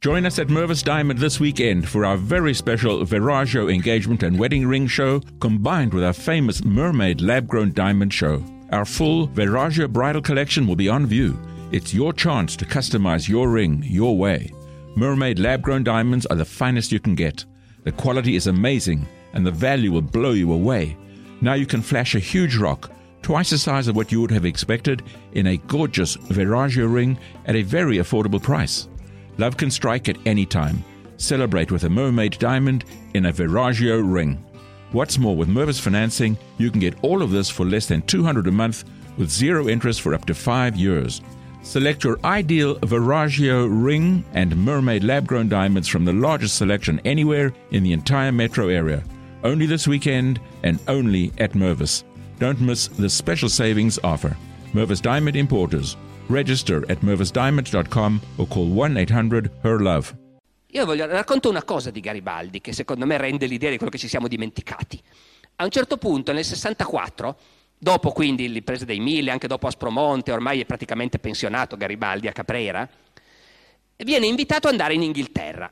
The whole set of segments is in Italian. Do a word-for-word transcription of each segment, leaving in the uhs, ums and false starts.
Join us at Mervis Diamond this weekend for our very special Viraggio engagement and wedding ring show combined with our famous Mermaid lab-grown diamond show. Our full Viraggio bridal collection will be on view. It's your chance to customize your ring your way. Mermaid lab-grown diamonds are the finest you can get. The quality is amazing and the value will blow you away. Now you can flash a huge rock, twice the size of what you would have expected, in a gorgeous Viraggio ring at a very affordable price. Love can strike at any time. Celebrate with a Mermaid diamond in a Viraggio ring. What's more, with Mervis financing, you can get all of this for less than two hundred dollars a month with zero interest for up to five years. Select your ideal Viraggio ring and Mermaid lab-grown diamonds from the largest selection anywhere in the entire metro area. Only this weekend and only at Mervis. Don't miss this special savings offer. Mervis Diamond Importers. Register at mervis diamond dot com or call one eight hundred H E R LOVE. Io voglio racconto una cosa di Garibaldi che secondo me rende l'idea di quello che ci siamo dimenticati. A un certo punto, nel sessantaquattro, dopo quindi l'impresa dei Mille, anche dopo Aspromonte, ormai è praticamente pensionato Garibaldi a Caprera, viene invitato ad andare in Inghilterra.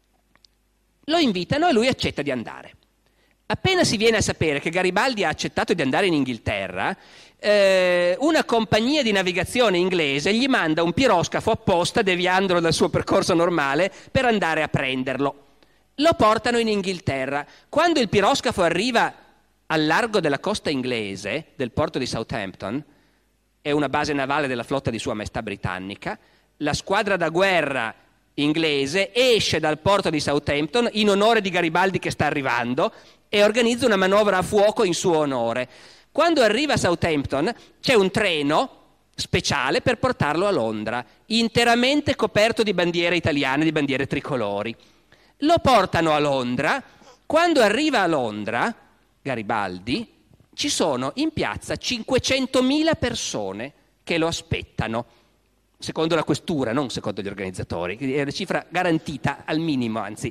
Lo invitano e lui accetta di andare. Appena si viene a sapere che Garibaldi ha accettato di andare in Inghilterra, eh, una compagnia di navigazione inglese gli manda un piroscafo apposta, deviandolo dal suo percorso normale, per andare a prenderlo. Lo portano in Inghilterra. Quando il piroscafo arriva al largo della costa inglese, del porto di Southampton, è una base navale della flotta di Sua Maestà britannica, la squadra da guerra inglese esce dal porto di Southampton in onore di Garibaldi che sta arrivando e organizza una manovra a fuoco in suo onore. Quando arriva a Southampton c'è un treno speciale per portarlo a Londra, interamente coperto di bandiere italiane, di bandiere tricolori. Lo portano a Londra. Quando arriva a Londra, Garibaldi, ci sono in piazza cinquecentomila persone che lo aspettano, secondo la questura, non secondo gli organizzatori, è una cifra garantita al minimo, anzi.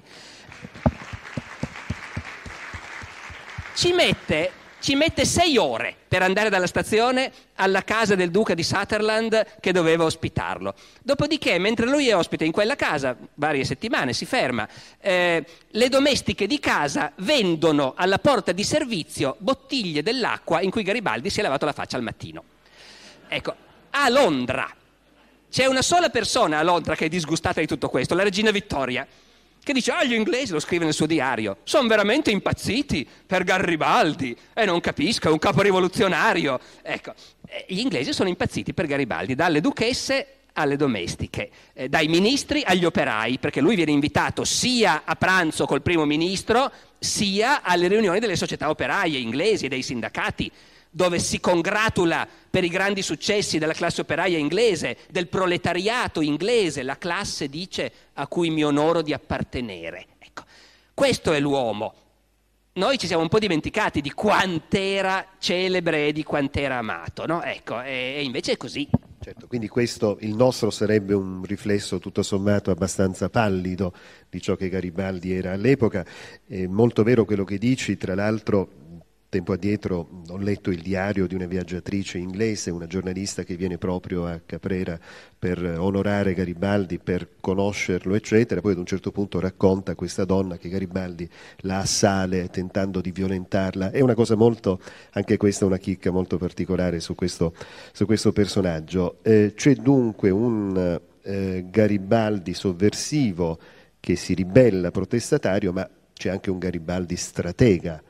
Ci mette, ci mette sei ore per andare dalla stazione alla casa del duca di Sutherland che doveva ospitarlo. Dopodiché, mentre lui è ospite in quella casa, varie settimane, si ferma, eh, le domestiche di casa vendono alla porta di servizio bottiglie dell'acqua in cui Garibaldi si è lavato la faccia al mattino. Ecco, a Londra. C'è una sola persona a Londra che è disgustata di tutto questo, la regina Vittoria, che dice: ah, gli inglesi, lo scrive nel suo diario, sono veramente impazziti per Garibaldi e non capisco, è un capo rivoluzionario. Ecco, gli inglesi sono impazziti per Garibaldi, dalle duchesse alle domestiche, eh, dai ministri agli operai, perché lui viene invitato sia a pranzo col primo ministro, sia alle riunioni delle società operaie inglesi e dei sindacati, dove si congratula per i grandi successi della classe operaia inglese, del proletariato inglese, la classe, dice, a cui mi onoro di appartenere. Ecco, questo è l'uomo. Noi ci siamo un po' dimenticati di quant'era celebre e di quant'era amato, no? Ecco, e, e invece è così. Certo, quindi questo, il nostro, sarebbe un riflesso tutto sommato abbastanza pallido di ciò che Garibaldi era all'epoca. È molto vero quello che dici, tra l'altro. Tempo addietro ho letto il diario di una viaggiatrice inglese, una giornalista che viene proprio a Caprera per onorare Garibaldi, per conoscerlo, eccetera. Poi ad un certo punto racconta questa donna che Garibaldi la assale tentando di violentarla. È una cosa molto, anche questa una chicca molto particolare su questo, su questo personaggio. Eh, c'è dunque un eh, Garibaldi sovversivo che si ribella, protestatario, ma c'è anche un Garibaldi stratega.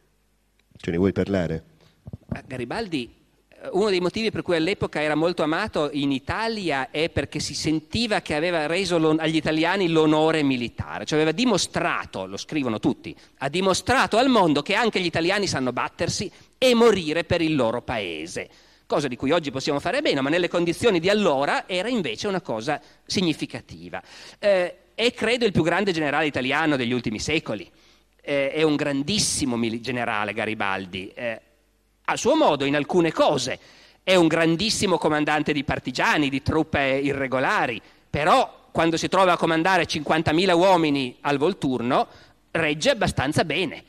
Ce ne vuoi parlare? Garibaldi, uno dei motivi per cui all'epoca era molto amato in Italia è perché si sentiva che aveva reso agli italiani l'onore militare, cioè aveva dimostrato, lo scrivono tutti, ha dimostrato al mondo che anche gli italiani sanno battersi e morire per il loro paese, cosa di cui oggi possiamo fare bene, ma nelle condizioni di allora era invece una cosa significativa. Eh, è credo il più grande generale italiano degli ultimi secoli. Eh, è un grandissimo generale Garibaldi, eh, a suo modo in alcune cose, è un grandissimo comandante di partigiani, di truppe irregolari, però quando si trova a comandare cinquantamila uomini al Volturno regge abbastanza bene.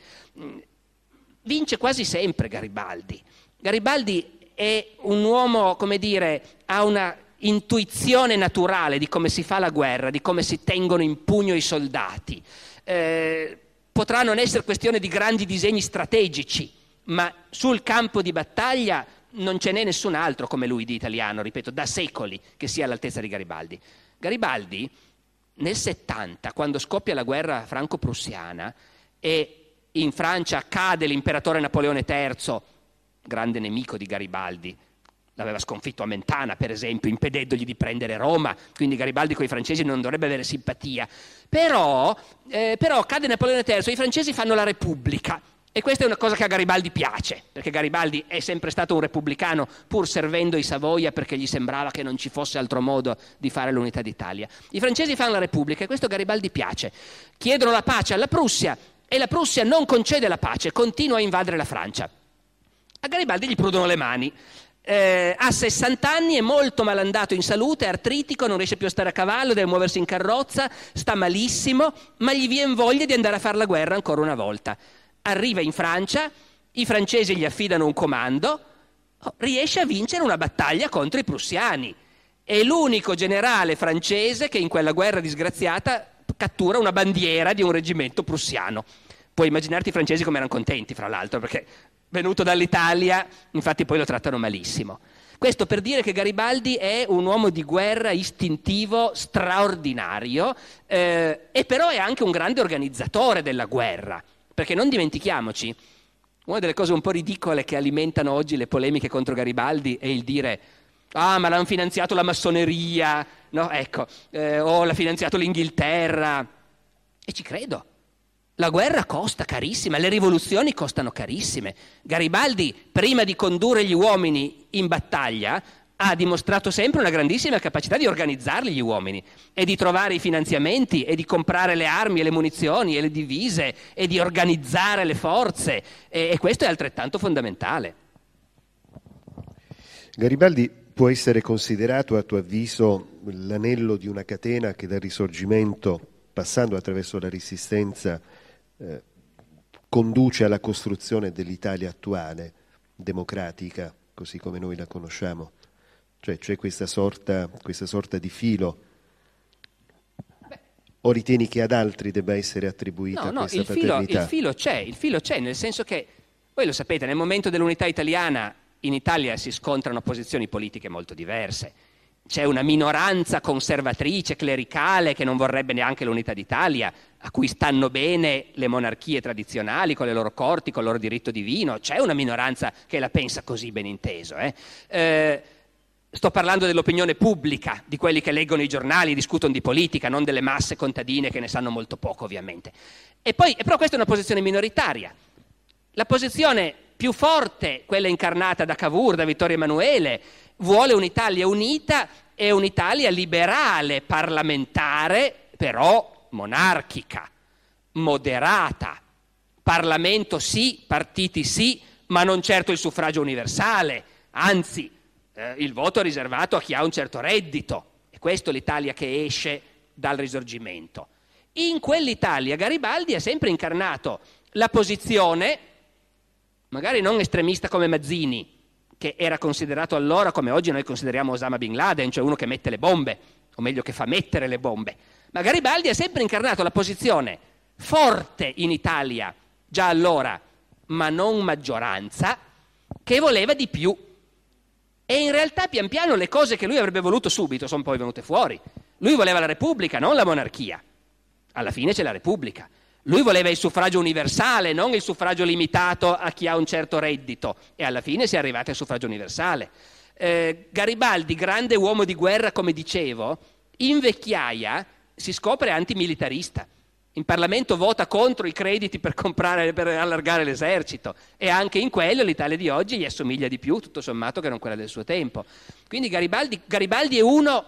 Vince quasi sempre Garibaldi. Garibaldi è un uomo, come dire, ha una intuizione naturale di come si fa la guerra, di come si tengono in pugno i soldati. Eh, potrà non essere questione di grandi disegni strategici, ma sul campo di battaglia non ce n'è nessun altro come lui di italiano, ripeto, da secoli, che sia all'altezza di Garibaldi. Garibaldi nel settanta, quando scoppia la guerra franco-prussiana e in Francia cade l'imperatore Napoleone terzo, grande nemico di Garibaldi, l'aveva sconfitto a Mentana per esempio, impedendogli di prendere Roma, quindi Garibaldi con i francesi non dovrebbe avere simpatia, però, eh, però cade Napoleone terzo, i francesi fanno la Repubblica. E questa è una cosa che a Garibaldi piace, perché Garibaldi è sempre stato un repubblicano, pur servendo i Savoia perché gli sembrava che non ci fosse altro modo di fare l'unità d'Italia. I francesi fanno la Repubblica e questo a Garibaldi piace. Chiedono la pace alla Prussia e la Prussia non concede la pace, continua a invadere la Francia. A Garibaldi gli prudono le mani. Eh, ha sessanta anni, è molto malandato in salute, è artritico, non riesce più a stare a cavallo, deve muoversi in carrozza, sta malissimo, ma gli viene voglia di andare a fare la guerra ancora una volta. Arriva in Francia, i francesi gli affidano un comando, oh, riesce a vincere una battaglia contro i prussiani. È l'unico generale francese che in quella guerra disgraziata cattura una bandiera di un reggimento prussiano. Puoi immaginarti i francesi come erano contenti, fra l'altro, perché venuto dall'Italia, infatti poi lo trattano malissimo. Questo per dire che Garibaldi è un uomo di guerra istintivo, straordinario, eh, e però è anche un grande organizzatore della guerra. Perché non dimentichiamoci, una delle cose un po' ridicole che alimentano oggi le polemiche contro Garibaldi è il dire ah ma l'hanno finanziato la massoneria, no? Ecco, eh, o l'ha finanziato l'Inghilterra. E ci credo. La guerra costa carissima, le rivoluzioni costano carissime. Garibaldi, prima di condurre gli uomini in battaglia, ha dimostrato sempre una grandissima capacità di organizzarli gli uomini e di trovare i finanziamenti e di comprare le armi e le munizioni e le divise e di organizzare le forze e, e questo è altrettanto fondamentale. Garibaldi può essere considerato, a tuo avviso, l'anello di una catena che dal Risorgimento, passando attraverso la Resistenza, eh, conduce alla costruzione dell'Italia attuale, democratica, così come noi la conosciamo. Cioè c'è questa sorta, questa sorta di filo, o ritieni che ad altri debba essere attribuita no, no, questa il filo, paternità? il filo c'è, il filo c'è, nel senso che, voi lo sapete, nel momento dell'unità italiana in Italia si scontrano posizioni politiche molto diverse. C'è una minoranza conservatrice, clericale, che non vorrebbe neanche l'unità d'Italia, a cui stanno bene le monarchie tradizionali, con le loro corti, con il loro diritto divino. C'è una minoranza che la pensa così, ben inteso. Eh? Eh, sto parlando dell'opinione pubblica, di quelli che leggono i giornali e discutono di politica, non delle masse contadine che ne sanno molto poco, ovviamente. E poi, però questa è una posizione minoritaria. La posizione più forte, quella incarnata da Cavour, da Vittorio Emanuele, vuole un'Italia unita e un'Italia liberale, parlamentare, però monarchica, moderata. Parlamento sì, partiti sì, ma non certo il suffragio universale, anzi eh, il voto è riservato a chi ha un certo reddito. E questo è l'Italia che esce dal Risorgimento. In quell'Italia Garibaldi ha sempre incarnato la posizione, magari non estremista come Mazzini, che era considerato allora come oggi noi consideriamo Osama Bin Laden, cioè uno che mette le bombe, o meglio che fa mettere le bombe. Ma Garibaldi ha sempre incarnato la posizione forte in Italia, già allora, ma non maggioranza, che voleva di più. E in realtà pian piano le cose che lui avrebbe voluto subito sono poi venute fuori. Lui voleva la Repubblica, non la monarchia. Alla fine c'è la Repubblica. Lui voleva il suffragio universale, non il suffragio limitato a chi ha un certo reddito. E alla fine si è arrivati al suffragio universale. Eh, Garibaldi, grande uomo di guerra, come dicevo, in vecchiaia si scopre antimilitarista. In Parlamento vota contro i crediti per comprare, per allargare l'esercito. E anche in quello l'Italia di oggi gli assomiglia di più, tutto sommato, che non quella del suo tempo. Quindi Garibaldi, Garibaldi è uno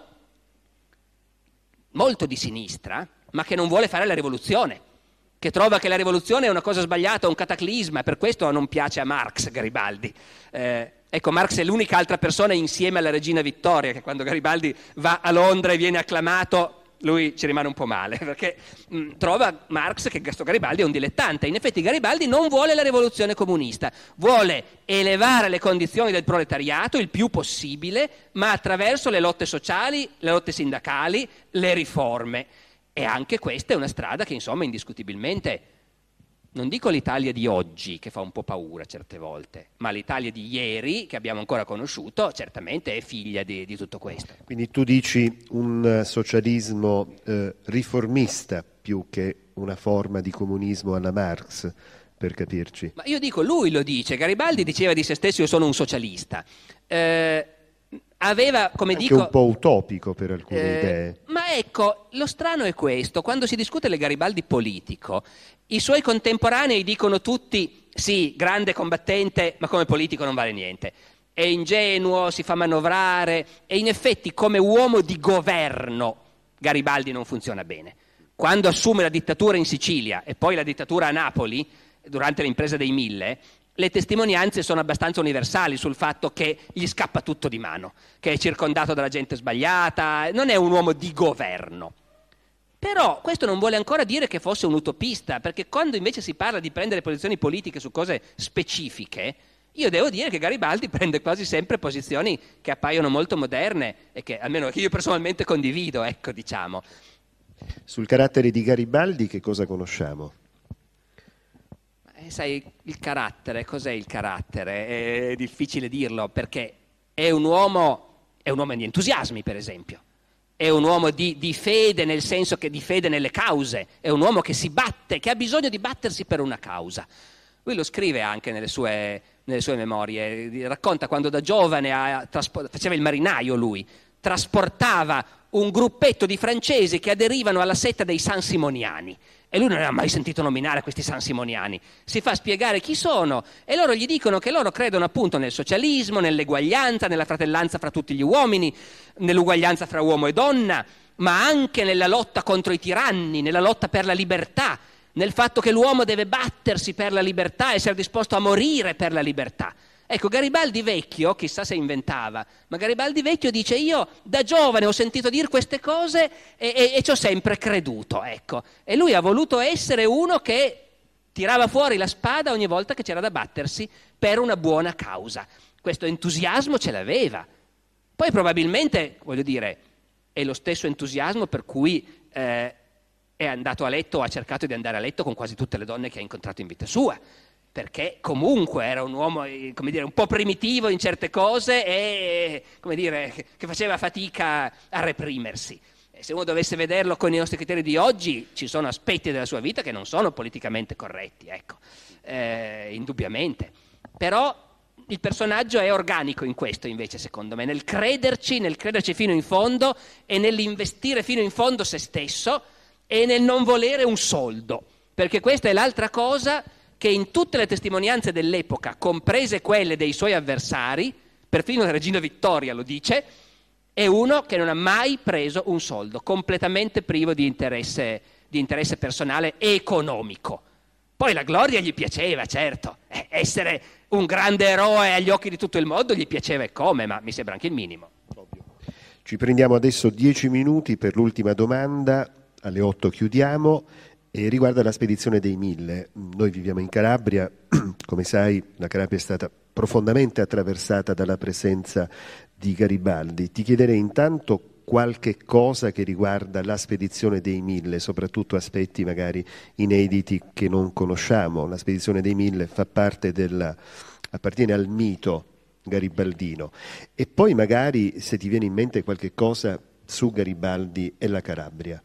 molto di sinistra, ma che non vuole fare la rivoluzione, che trova che la rivoluzione è una cosa sbagliata, un cataclisma, per questo non piace a Marx Garibaldi. Eh, ecco, Marx è l'unica altra persona insieme alla regina Vittoria che quando Garibaldi va a Londra e viene acclamato lui ci rimane un po' male, perché mh, trova Marx che questo Garibaldi è un dilettante. In effetti Garibaldi non vuole la rivoluzione comunista, vuole elevare le condizioni del proletariato il più possibile, ma attraverso le lotte sociali, le lotte sindacali, le riforme. E anche questa è una strada che, insomma, indiscutibilmente, non dico l'Italia di oggi, che fa un po' paura certe volte, ma l'Italia di ieri, che abbiamo ancora conosciuto, certamente è figlia di, di tutto questo. Quindi tu dici un socialismo eh, riformista più che una forma di comunismo alla Marx, per capirci. Ma io dico, lui lo dice, Garibaldi diceva di se stesso io sono un socialista. Eh, aveva, come Anche dico... un po' utopico per alcune eh, idee. Ma ecco, lo strano è questo, quando si discute del Garibaldi politico, i suoi contemporanei dicono tutti, sì, grande combattente, ma come politico non vale niente. È ingenuo, si fa manovrare, e in effetti come uomo di governo Garibaldi non funziona bene. Quando assume la dittatura in Sicilia e poi la dittatura a Napoli, durante l'impresa dei Mille, le testimonianze sono abbastanza universali sul fatto che gli scappa tutto di mano, che è circondato dalla gente sbagliata, non è un uomo di governo. Però questo non vuole ancora dire che fosse un utopista, perché quando invece si parla di prendere posizioni politiche su cose specifiche, io devo dire che Garibaldi prende quasi sempre posizioni che appaiono molto moderne e che almeno io personalmente condivido, ecco, diciamo. Sul carattere di Garibaldi che cosa conosciamo? Eh, sai, il carattere, cos'è il carattere? È difficile dirlo, perché è un uomo, è un uomo di entusiasmi, per esempio. È un uomo di, di fede, nel senso che di fede nelle cause, è un uomo che si batte, che ha bisogno di battersi per una causa. Lui lo scrive anche nelle sue, nelle sue memorie, racconta quando da giovane ha, faceva il marinaio lui, trasportava un gruppetto di francesi che aderivano alla setta dei Sansimoniani. E lui non aveva mai sentito nominare questi Sansimoniani. Si fa spiegare chi sono e loro gli dicono che loro credono appunto nel socialismo, nell'eguaglianza, nella fratellanza fra tutti gli uomini, nell'uguaglianza fra uomo e donna, ma anche nella lotta contro i tiranni, nella lotta per la libertà, nel fatto che l'uomo deve battersi per la libertà, essere disposto a morire per la libertà. Ecco, Garibaldi vecchio, chissà se inventava, ma Garibaldi vecchio dice: io da giovane ho sentito dire queste cose e, e, e ci ho sempre creduto, ecco. E lui ha voluto essere uno che tirava fuori la spada ogni volta che c'era da battersi per una buona causa. Questo entusiasmo ce l'aveva. Poi probabilmente, voglio dire, è lo stesso entusiasmo per cui eh, è andato a letto o ha cercato di andare a letto con quasi tutte le donne che ha incontrato in vita sua, perché comunque era un uomo, come dire, un po' primitivo in certe cose e, come dire, che faceva fatica a reprimersi. E se uno dovesse vederlo con i nostri criteri di oggi, ci sono aspetti della sua vita che non sono politicamente corretti, ecco, eh, indubbiamente. Però il personaggio è organico in questo, invece, secondo me, nel crederci, nel crederci fino in fondo e nell'investire fino in fondo se stesso e nel non volere un soldo, perché questa è l'altra cosa che in tutte le testimonianze dell'epoca, comprese quelle dei suoi avversari, perfino la regina Vittoria lo dice, è uno che non ha mai preso un soldo, completamente privo di interesse, di interesse personale e economico. Poi la gloria gli piaceva, certo, eh, essere un grande eroe agli occhi di tutto il mondo gli piaceva e come, ma mi sembra anche il minimo. Ovvio. Ci prendiamo adesso dieci minuti per l'ultima domanda, alle otto chiudiamo. E riguarda la spedizione dei Mille. Noi viviamo in Calabria, come sai la Calabria è stata profondamente attraversata dalla presenza di Garibaldi. Ti chiederei intanto qualche cosa che riguarda la spedizione dei Mille, soprattutto aspetti magari inediti che non conosciamo. La spedizione dei Mille fa parte del, appartiene al mito garibaldino. E poi magari se ti viene in mente qualche cosa su Garibaldi e la Calabria.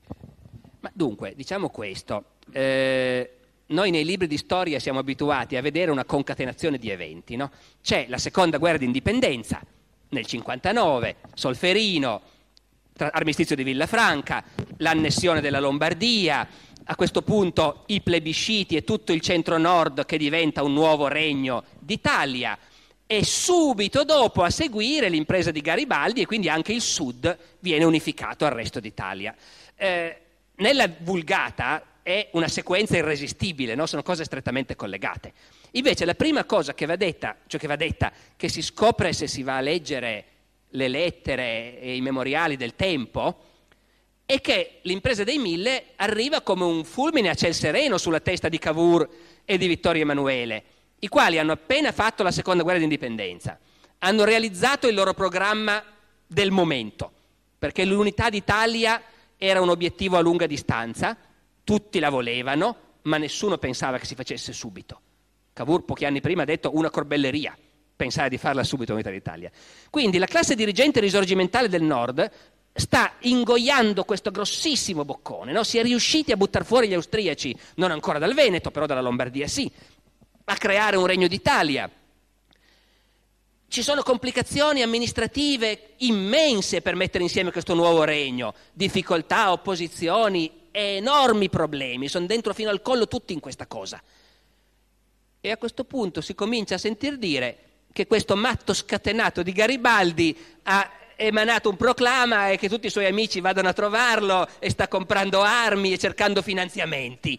Ma dunque, diciamo questo, eh, noi nei libri di storia siamo abituati a vedere una concatenazione di eventi, no? C'è la seconda guerra d'indipendenza nel cinquantanove, Solferino, tra, armistizio di Villafranca, l'annessione della Lombardia, a questo punto i plebisciti e tutto il centro-nord che diventa un nuovo regno d'Italia, e subito dopo a seguire l'impresa di Garibaldi e quindi anche il sud viene unificato al resto d'Italia. Eh, Nella Vulgata è una sequenza irresistibile, no? Sono cose strettamente collegate. Invece la prima cosa che va detta, cioè che va detta, che si scopre se si va a leggere le lettere e i memoriali del tempo, e che l'impresa dei mille arriva come un fulmine a ciel sereno sulla testa di Cavour e di Vittorio Emanuele, i quali hanno appena fatto la seconda guerra d'indipendenza, hanno realizzato il loro programma del momento, perché l'unità d'Italia era un obiettivo a lunga distanza, tutti la volevano, ma nessuno pensava che si facesse subito. Cavour pochi anni prima ha detto una corbelleria pensare di farla subito l'unità d'Italia. Quindi la classe dirigente risorgimentale del Nord sta ingoiando questo grossissimo boccone, no? Si è riusciti a buttare fuori gli austriaci, non ancora dal Veneto, però dalla Lombardia sì, a creare un Regno d'Italia. Ci sono complicazioni amministrative immense per mettere insieme questo nuovo regno, difficoltà, opposizioni, enormi problemi, sono dentro fino al collo tutti in questa cosa. E a questo punto si comincia a sentir dire che questo matto scatenato di Garibaldi ha emanato un proclama e che tutti i suoi amici vadano a trovarlo e sta comprando armi e cercando finanziamenti.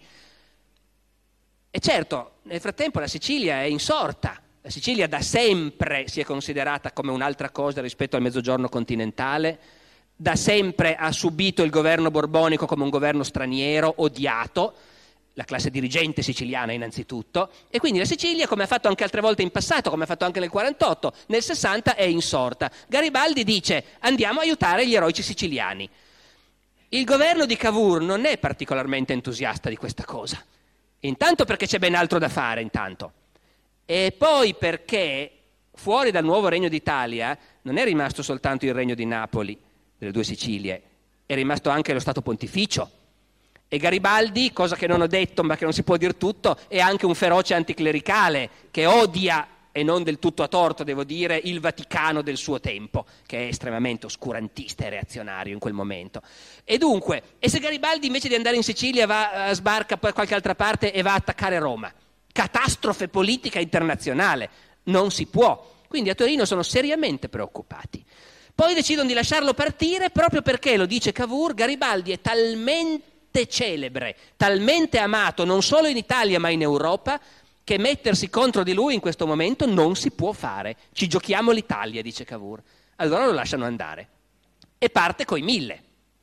E certo, nel frattempo la Sicilia è insorta. La Sicilia da sempre si è considerata come un'altra cosa rispetto al mezzogiorno continentale, da sempre ha subito il governo borbonico come un governo straniero, odiato, la classe dirigente siciliana innanzitutto, e quindi la Sicilia, come ha fatto anche altre volte in passato, come ha fatto anche nel quarantotto, nel sessanta è insorta. Garibaldi dice andiamo a aiutare gli eroici siciliani. Il governo di Cavour non è particolarmente entusiasta di questa cosa, intanto perché c'è ben altro da fare intanto, e poi perché fuori dal nuovo Regno d'Italia non è rimasto soltanto il Regno di Napoli, delle due Sicilie, è rimasto anche lo Stato Pontificio. E Garibaldi, cosa che non ho detto ma che non si può dir tutto, è anche un feroce anticlericale che odia, e non del tutto a torto devo dire, il Vaticano del suo tempo, che è estremamente oscurantista e reazionario in quel momento. E dunque, e se Garibaldi invece di andare in Sicilia va, sbarca poi qualche altra parte e va a attaccare Roma? Catastrofe politica internazionale, non si può. Quindi a Torino sono seriamente preoccupati. Poi decidono di lasciarlo partire proprio perché, lo dice Cavour, Garibaldi è talmente celebre, talmente amato non solo in Italia ma in Europa, che mettersi contro di lui in questo momento non si può fare. Ci giochiamo l'Italia, dice Cavour. Allora lo lasciano andare e parte coi mille,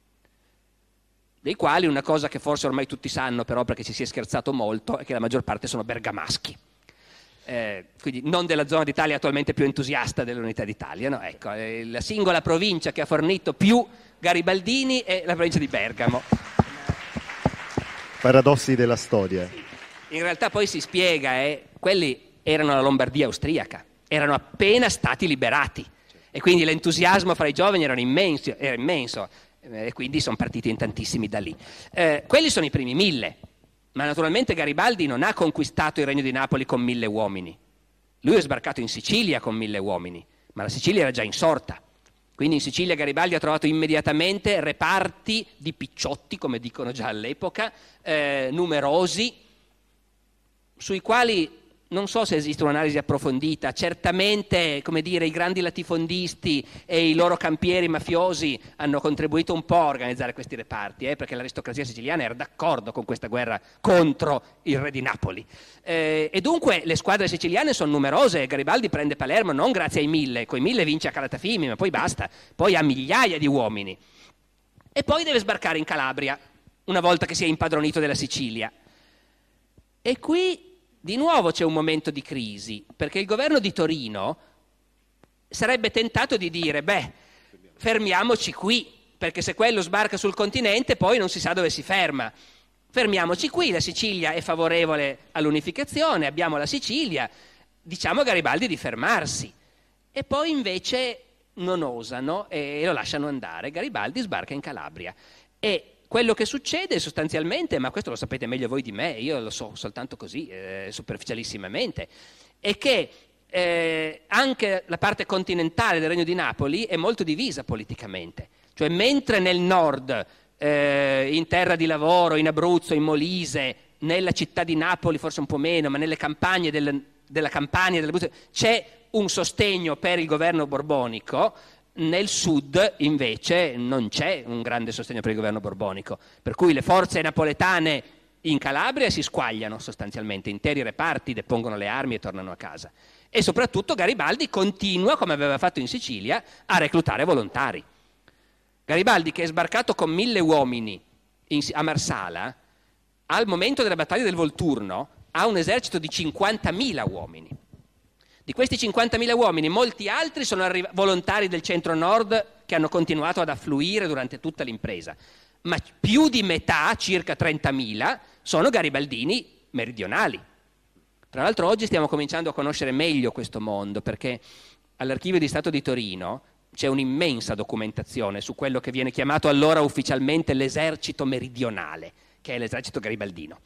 dei quali una cosa che forse ormai tutti sanno però perché ci si è scherzato molto è che la maggior parte sono bergamaschi, eh, quindi non della zona d'Italia attualmente più entusiasta dell'unità d'Italia, no? Ecco, eh, la singola provincia che ha fornito più garibaldini è la provincia di Bergamo. Paradossi della storia. In realtà poi si spiega, eh, quelli erano la Lombardia austriaca, erano appena stati liberati e quindi l'entusiasmo fra i giovani era immenso, era immenso eh, e quindi sono partiti in tantissimi da lì. Eh, quelli sono i primi mille, ma naturalmente Garibaldi non ha conquistato il Regno di Napoli con mille uomini. Lui è sbarcato in Sicilia con mille uomini, ma la Sicilia era già insorta. Quindi in Sicilia Garibaldi ha trovato immediatamente reparti di picciotti, come dicono già all'epoca, eh, numerosi, sui quali non so se esiste un'analisi approfondita. Certamente, come dire, i grandi latifondisti e i loro campieri mafiosi hanno contribuito un po' a organizzare questi reparti, eh, perché l'aristocrazia siciliana era d'accordo con questa guerra contro il re di Napoli. Eh, e dunque le squadre siciliane sono numerose. Garibaldi prende Palermo non grazie ai mille, coi mille vince a Calatafimi, ma poi basta, poi ha migliaia di uomini. E poi deve sbarcare in Calabria, una volta che si è impadronito della Sicilia. E qui di nuovo c'è un momento di crisi, perché il governo di Torino sarebbe tentato di dire, beh, fermiamoci qui, perché se quello sbarca sul continente poi non si sa dove si ferma. Fermiamoci qui, la Sicilia è favorevole all'unificazione, abbiamo la Sicilia, diciamo a Garibaldi di fermarsi. E poi invece non osano e lo lasciano andare. Garibaldi sbarca in Calabria. E quello che succede sostanzialmente, ma questo lo sapete meglio voi di me, io lo so soltanto così, eh, superficialissimamente, è che eh, anche la parte continentale del Regno di Napoli è molto divisa politicamente. Cioè mentre nel nord, eh, in terra di lavoro, in Abruzzo, in Molise, nella città di Napoli forse un po' meno, ma nelle campagne del, della Campania, dell'Abruzzo, c'è un sostegno per il governo borbonico, nel sud invece non c'è un grande sostegno per il governo borbonico, per cui le forze napoletane in Calabria si squagliano sostanzialmente, interi reparti depongono le armi e tornano a casa. E soprattutto Garibaldi continua, come aveva fatto in Sicilia, a reclutare volontari. Garibaldi, che è sbarcato con mille uomini in, a Marsala, al momento della battaglia del Volturno ha un esercito di cinquantamila uomini. Di questi cinquantamila uomini, molti altri sono arri- volontari del centro-nord che hanno continuato ad affluire durante tutta l'impresa, ma più di metà, circa trentamila, sono garibaldini meridionali. Tra l'altro oggi stiamo cominciando a conoscere meglio questo mondo, perché all'Archivio di Stato di Torino c'è un'immensa documentazione su quello che viene chiamato allora ufficialmente l'esercito meridionale, che è l'esercito garibaldino.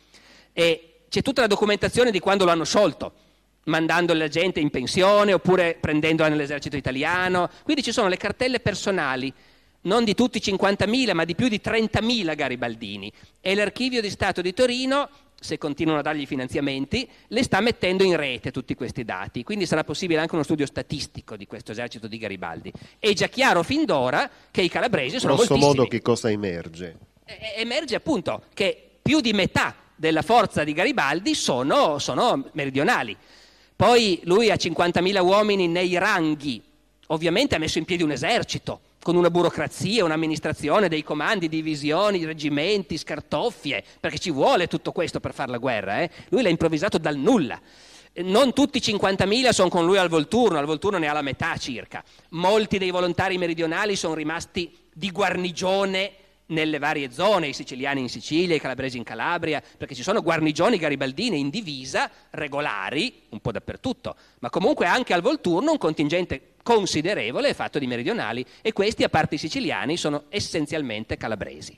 E c'è tutta la documentazione di quando lo hanno sciolto, mandando la gente in pensione oppure prendendola nell'esercito italiano. Quindi ci sono le cartelle personali, non di tutti i cinquantamila, ma di più di trentamila garibaldini. E l'Archivio di Stato di Torino, se continuano a dargli finanziamenti, le sta mettendo in rete tutti questi dati. Quindi sarà possibile anche uno studio statistico di questo esercito di Garibaldi. È già chiaro fin d'ora che i calabresi sono moltissimi. moltissimi. Grosso modo che cosa emerge? E- emerge appunto che più di metà della forza di Garibaldi sono, sono meridionali. Poi lui ha cinquantamila uomini nei ranghi, ovviamente ha messo in piedi un esercito, con una burocrazia, un'amministrazione, dei comandi, divisioni, reggimenti, scartoffie, perché ci vuole tutto questo per fare la guerra. Eh? Lui l'ha improvvisato dal nulla. Non tutti i cinquantamila sono con lui al Volturno, al Volturno ne ha la metà circa. Molti dei volontari meridionali sono rimasti di guarnigione nelle varie zone, i siciliani in Sicilia, i calabresi in Calabria, perché ci sono guarnigioni garibaldine in divisa, regolari, un po' dappertutto, ma comunque anche al Volturno un contingente considerevole è fatto di meridionali, e questi, a parte i siciliani, sono essenzialmente calabresi.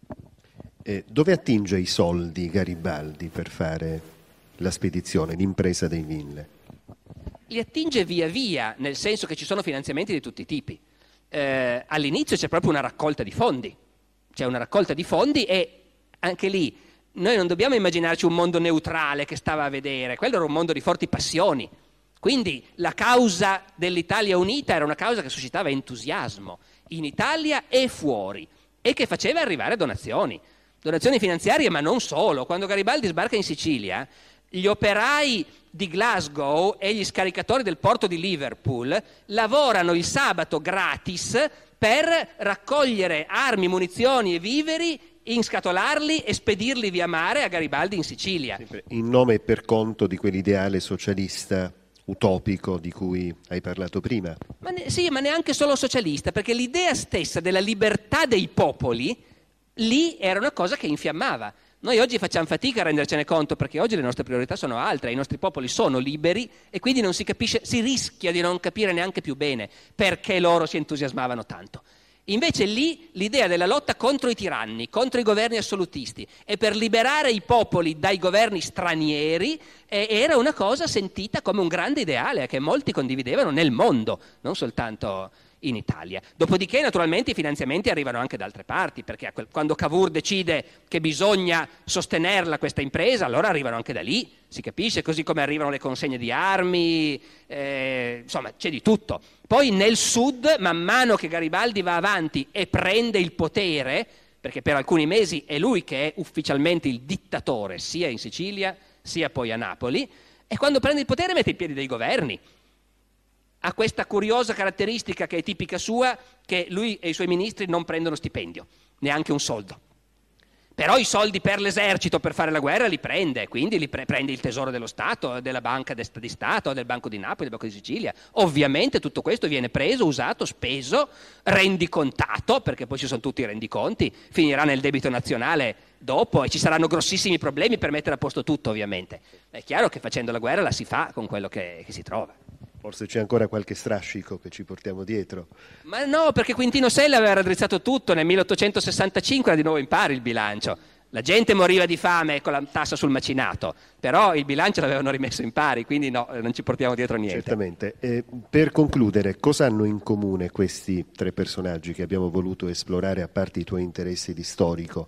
Eh, dove attinge i soldi Garibaldi per fare la spedizione, l'impresa dei mille? Li attinge via via, nel senso che ci sono finanziamenti di tutti i tipi. Eh, all'inizio c'è proprio una raccolta di fondi, c'è una raccolta di fondi e anche lì noi non dobbiamo immaginarci un mondo neutrale che stava a vedere, quello era un mondo di forti passioni. Quindi la causa dell'Italia unita era una causa che suscitava entusiasmo in Italia e fuori e che faceva arrivare donazioni, donazioni finanziarie, ma non solo. Quando Garibaldi sbarca in Sicilia, gli operai di Glasgow e gli scaricatori del porto di Liverpool lavorano il sabato gratis per raccogliere armi, munizioni e viveri, inscatolarli e spedirli via mare a Garibaldi in Sicilia. In nome e per conto di quell'ideale socialista utopico di cui hai parlato prima. Ma ne, sì, ma neanche solo socialista, perché l'idea stessa della libertà dei popoli lì era una cosa che infiammava. Noi oggi facciamo fatica a rendercene conto, perché oggi le nostre priorità sono altre, i nostri popoli sono liberi e quindi non si capisce, si rischia di non capire neanche più bene perché loro si entusiasmavano tanto. Invece lì l'idea della lotta contro i tiranni, contro i governi assolutisti e per liberare i popoli dai governi stranieri eh, era una cosa sentita come un grande ideale che molti condividevano nel mondo, non soltanto in Italia. Dopodiché naturalmente i finanziamenti arrivano anche da altre parti, perché quando Cavour decide che bisogna sostenerla questa impresa, allora arrivano anche da lì, si capisce, così come arrivano le consegne di armi, eh, insomma c'è di tutto. Poi nel sud, man mano che Garibaldi va avanti e prende il potere, perché per alcuni mesi è lui che è ufficialmente il dittatore, sia in Sicilia sia poi a Napoli, e quando prende il potere mette in piedi dei governi. Ha questa curiosa caratteristica che è tipica sua, che lui e i suoi ministri non prendono stipendio, neanche un soldo. Però i soldi per l'esercito, per fare la guerra, li prende, quindi li pre- prende il tesoro dello Stato, della Banca di Stato, del Banco di Napoli, del Banco di Sicilia. Ovviamente tutto questo viene preso, usato, speso, rendicontato, perché poi ci sono tutti i rendiconti, finirà nel debito nazionale dopo e ci saranno grossissimi problemi per mettere a posto tutto, ovviamente. È chiaro che facendo la guerra la si fa con quello che, che si trova. Forse c'è ancora qualche strascico che ci portiamo dietro. Ma no, perché Quintino Sella aveva raddrizzato tutto, nel milleottocentosessantacinque era di nuovo in pari il bilancio. La gente moriva di fame con la tassa sul macinato, però il bilancio l'avevano rimesso in pari, quindi no, non ci portiamo dietro niente. Certamente. Eh, per concludere, cosa hanno in comune questi tre personaggi che abbiamo voluto esplorare, a parte i tuoi interessi di storico?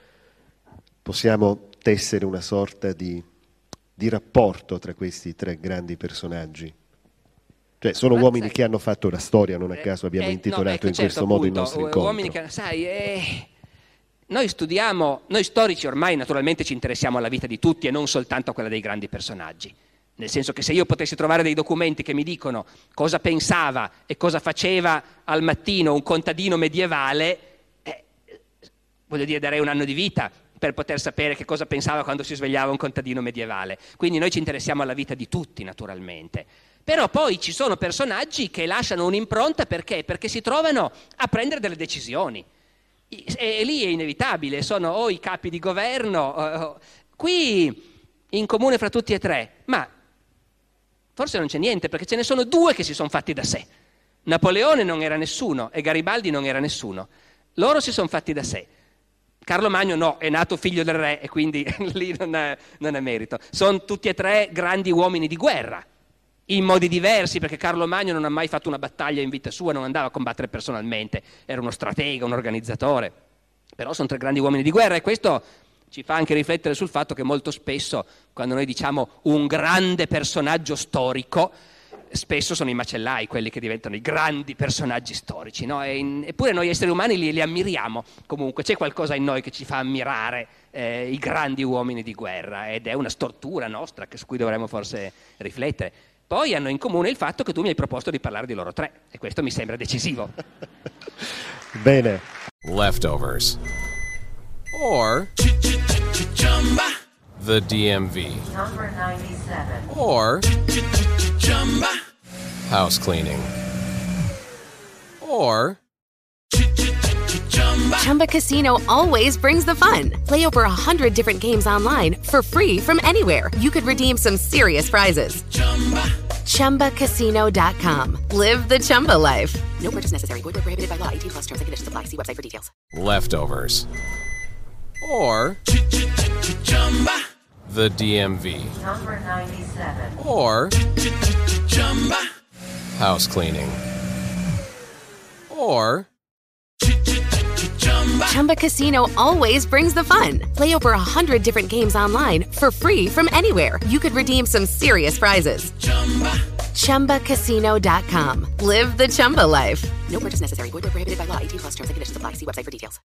Possiamo tessere una sorta di, di rapporto tra questi tre grandi personaggi? Cioè, sono Ma uomini sai, che hanno fatto la storia, non a caso abbiamo eh, intitolato no, ecco, in certo, questo modo appunto, il nostro incontro. Uomini che, sai, eh, noi studiamo, noi storici ormai naturalmente ci interessiamo alla vita di tutti e non soltanto a quella dei grandi personaggi. Nel senso che se io potessi trovare dei documenti che mi dicono cosa pensava e cosa faceva al mattino un contadino medievale, eh, voglio dire, darei un anno di vita per poter sapere che cosa pensava quando si svegliava un contadino medievale. Quindi noi ci interessiamo alla vita di tutti, naturalmente. Però poi ci sono personaggi che lasciano un'impronta perché? Perché si trovano a prendere delle decisioni. E, e lì è inevitabile, sono o i capi di governo, o, o, qui in comune fra tutti e tre, ma forse non c'è niente, perché ce ne sono due che si sono fatti da sé. Napoleone non era nessuno e Garibaldi non era nessuno. Loro si sono fatti da sé. Carlo Magno no, è nato figlio del re e quindi lì non è, non è merito. Sono tutti e tre grandi uomini di guerra, in modi diversi, perché Carlo Magno non ha mai fatto una battaglia in vita sua, non andava a combattere personalmente, era uno stratega, un organizzatore. Però sono tre grandi uomini di guerra e questo ci fa anche riflettere sul fatto che molto spesso, quando noi diciamo un grande personaggio storico, spesso sono i macellai quelli che diventano i grandi personaggi storici, no? E in, eppure noi esseri umani li, li ammiriamo comunque, c'è qualcosa in noi che ci fa ammirare eh, i grandi uomini di guerra ed è una stortura nostra che, su cui dovremmo forse riflettere. Poi hanno in comune il fatto che tu mi hai proposto di parlare di loro tre e questo mi sembra decisivo. Bene. Leftovers or the D M V Number ninety-seven. or house cleaning or Chumba Casino always brings the fun. Play over a hundred different games online for free from anywhere. You could redeem some serious prizes. Chumba Casino dot com. Live the Chumba life. No purchase necessary. Void where prohibited by law. eighteen plus terms and conditions apply. See website for details. leftovers or the D M V Number ninety-seven. or house cleaning or Chumba Casino always brings the fun. Play over a hundred different games online for free from anywhere. You could redeem some serious prizes. Chumba Casino dot com. Live the Chumba life. No purchase necessary. Void where prohibited by law. eighteen plus terms and conditions apply. See website for details.